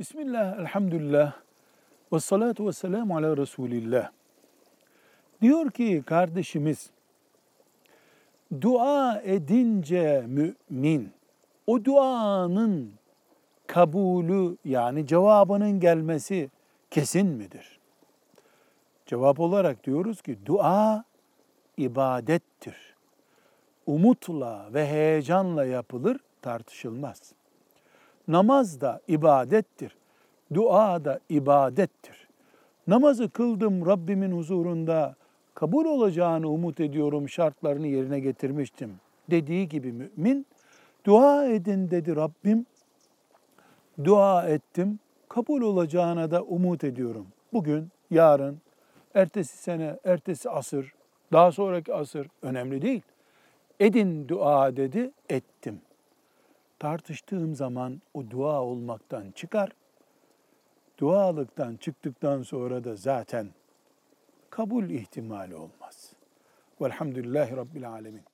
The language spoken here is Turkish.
Bismillah, elhamdülillah, ve salatu ve selamu ala Resulillah. Diyor ki kardeşimiz, dua edince mümin, o duanın kabulü yani cevabının gelmesi kesin midir? Cevap olarak diyoruz ki dua ibadettir. Umutla ve heyecanla yapılır, tartışılmaz. Namaz da ibadettir. Dua da ibadettir. Namazı kıldım Rabbimin huzurunda, kabul olacağını umut ediyorum, şartlarını yerine getirmiştim dediği gibi mümin, dua edin dedi Rabbim, dua ettim, kabul olacağına da umut ediyorum. Bugün, yarın, ertesi sene, ertesi asır, daha sonraki asır önemli değil. Edin dua dedi, ettim. Tartıştığım zaman o dua olmaktan çıkar. Dualıktan çıktıktan sonra da zaten kabul ihtimali olmaz. Velhamdülillahi Rabbil Alemin.